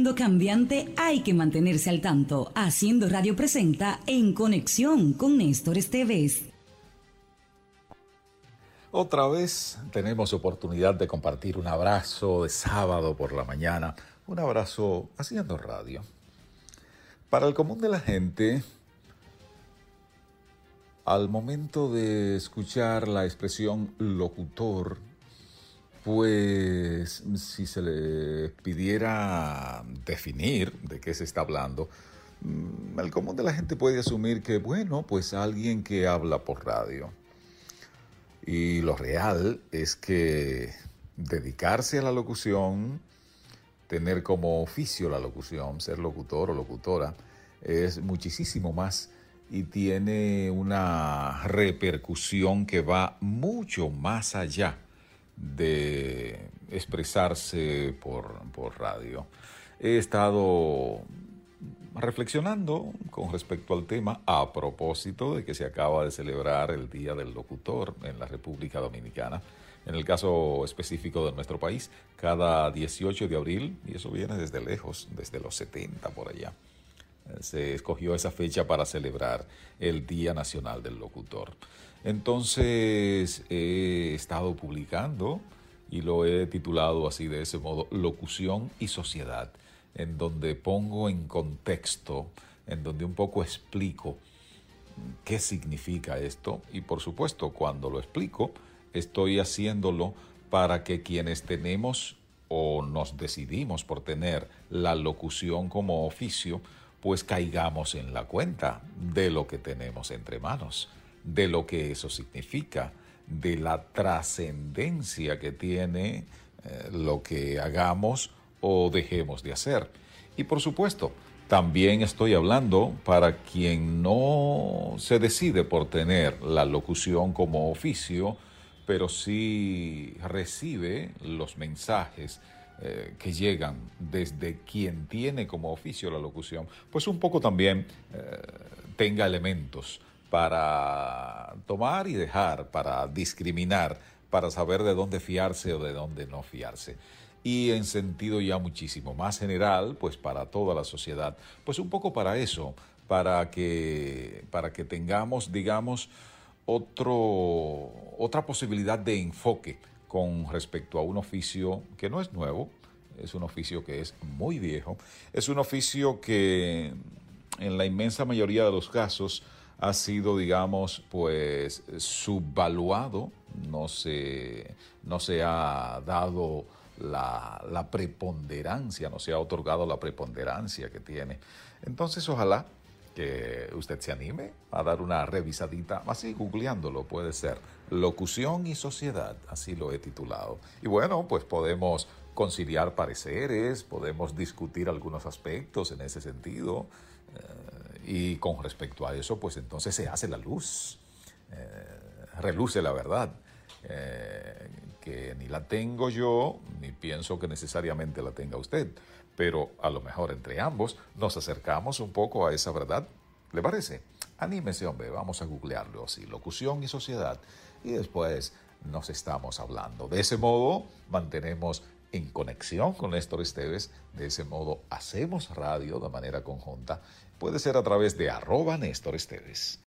mundo cambiante hay que mantenerse al tanto. Haciendo Radio presenta En Conexión con Néstor Esteves. Otra vez tenemos oportunidad de compartir un abrazo de sábado por la mañana, un abrazo haciendo radio. Para el común de la gente, al momento de escuchar la expresión locutor, pues si se le pidiera definir de qué se está hablando, el común de la gente puede asumir que, bueno, pues alguien que habla por radio. Y lo real es que dedicarse a la locución, tener como oficio la locución, ser locutor o locutora, es muchísimo más y tiene una repercusión que va mucho más allá de expresarse por radio. He estado reflexionando con respecto al tema a propósito de que se acaba de celebrar el Día del Locutor en la República Dominicana. En el caso específico de nuestro país, cada 18 de abril, y eso viene desde lejos, desde los 70 por allá, se escogió esa fecha para celebrar el Día Nacional del Locutor. Entonces he estado publicando y lo he titulado así de ese modo, Locución y Sociedad, en donde pongo en contexto, en donde un poco explico qué significa esto y por supuesto cuando lo explico estoy haciéndolo para que quienes tenemos o nos decidimos por tener la locución como oficio, pues caigamos en la cuenta de lo que tenemos entre manos, de lo que eso significa, de la trascendencia que tiene lo que hagamos o dejemos de hacer. Y por supuesto, también estoy hablando para quien no se decide por tener la locución como oficio, pero sí recibe los mensajes que llegan desde quien tiene como oficio la locución, pues un poco también tenga elementos para tomar y dejar, para discriminar, para saber de dónde fiarse o de dónde no fiarse. Y en sentido ya muchísimo más general, pues para toda la sociedad, pues un poco para eso, para que tengamos, digamos, otra posibilidad de enfoque con respecto a un oficio que no es nuevo, es un oficio que es muy viejo, es un oficio que en la inmensa mayoría de los casos ha sido, digamos, pues subvaluado, no se ha dado la preponderancia, no se ha otorgado la preponderancia que tiene. Entonces, ojalá que usted se anime a dar una revisadita, así googleándolo puede ser, Locución y Sociedad, así lo he titulado. Y bueno, pues podemos conciliar pareceres, podemos discutir algunos aspectos en ese sentido, y con respecto a eso, pues entonces se hace la luz, reluce la verdad, que ni la tengo yo, ni pienso que necesariamente la tenga usted, pero a lo mejor entre ambos nos acercamos un poco a esa verdad. ¿Le parece? Anímese, hombre, vamos a googlearlo así, Locución y Sociedad, y después nos estamos hablando. De ese modo mantenemos en conexión con Néstor Esteves, de ese modo hacemos radio de manera conjunta, puede ser a través de @Néstor Esteves.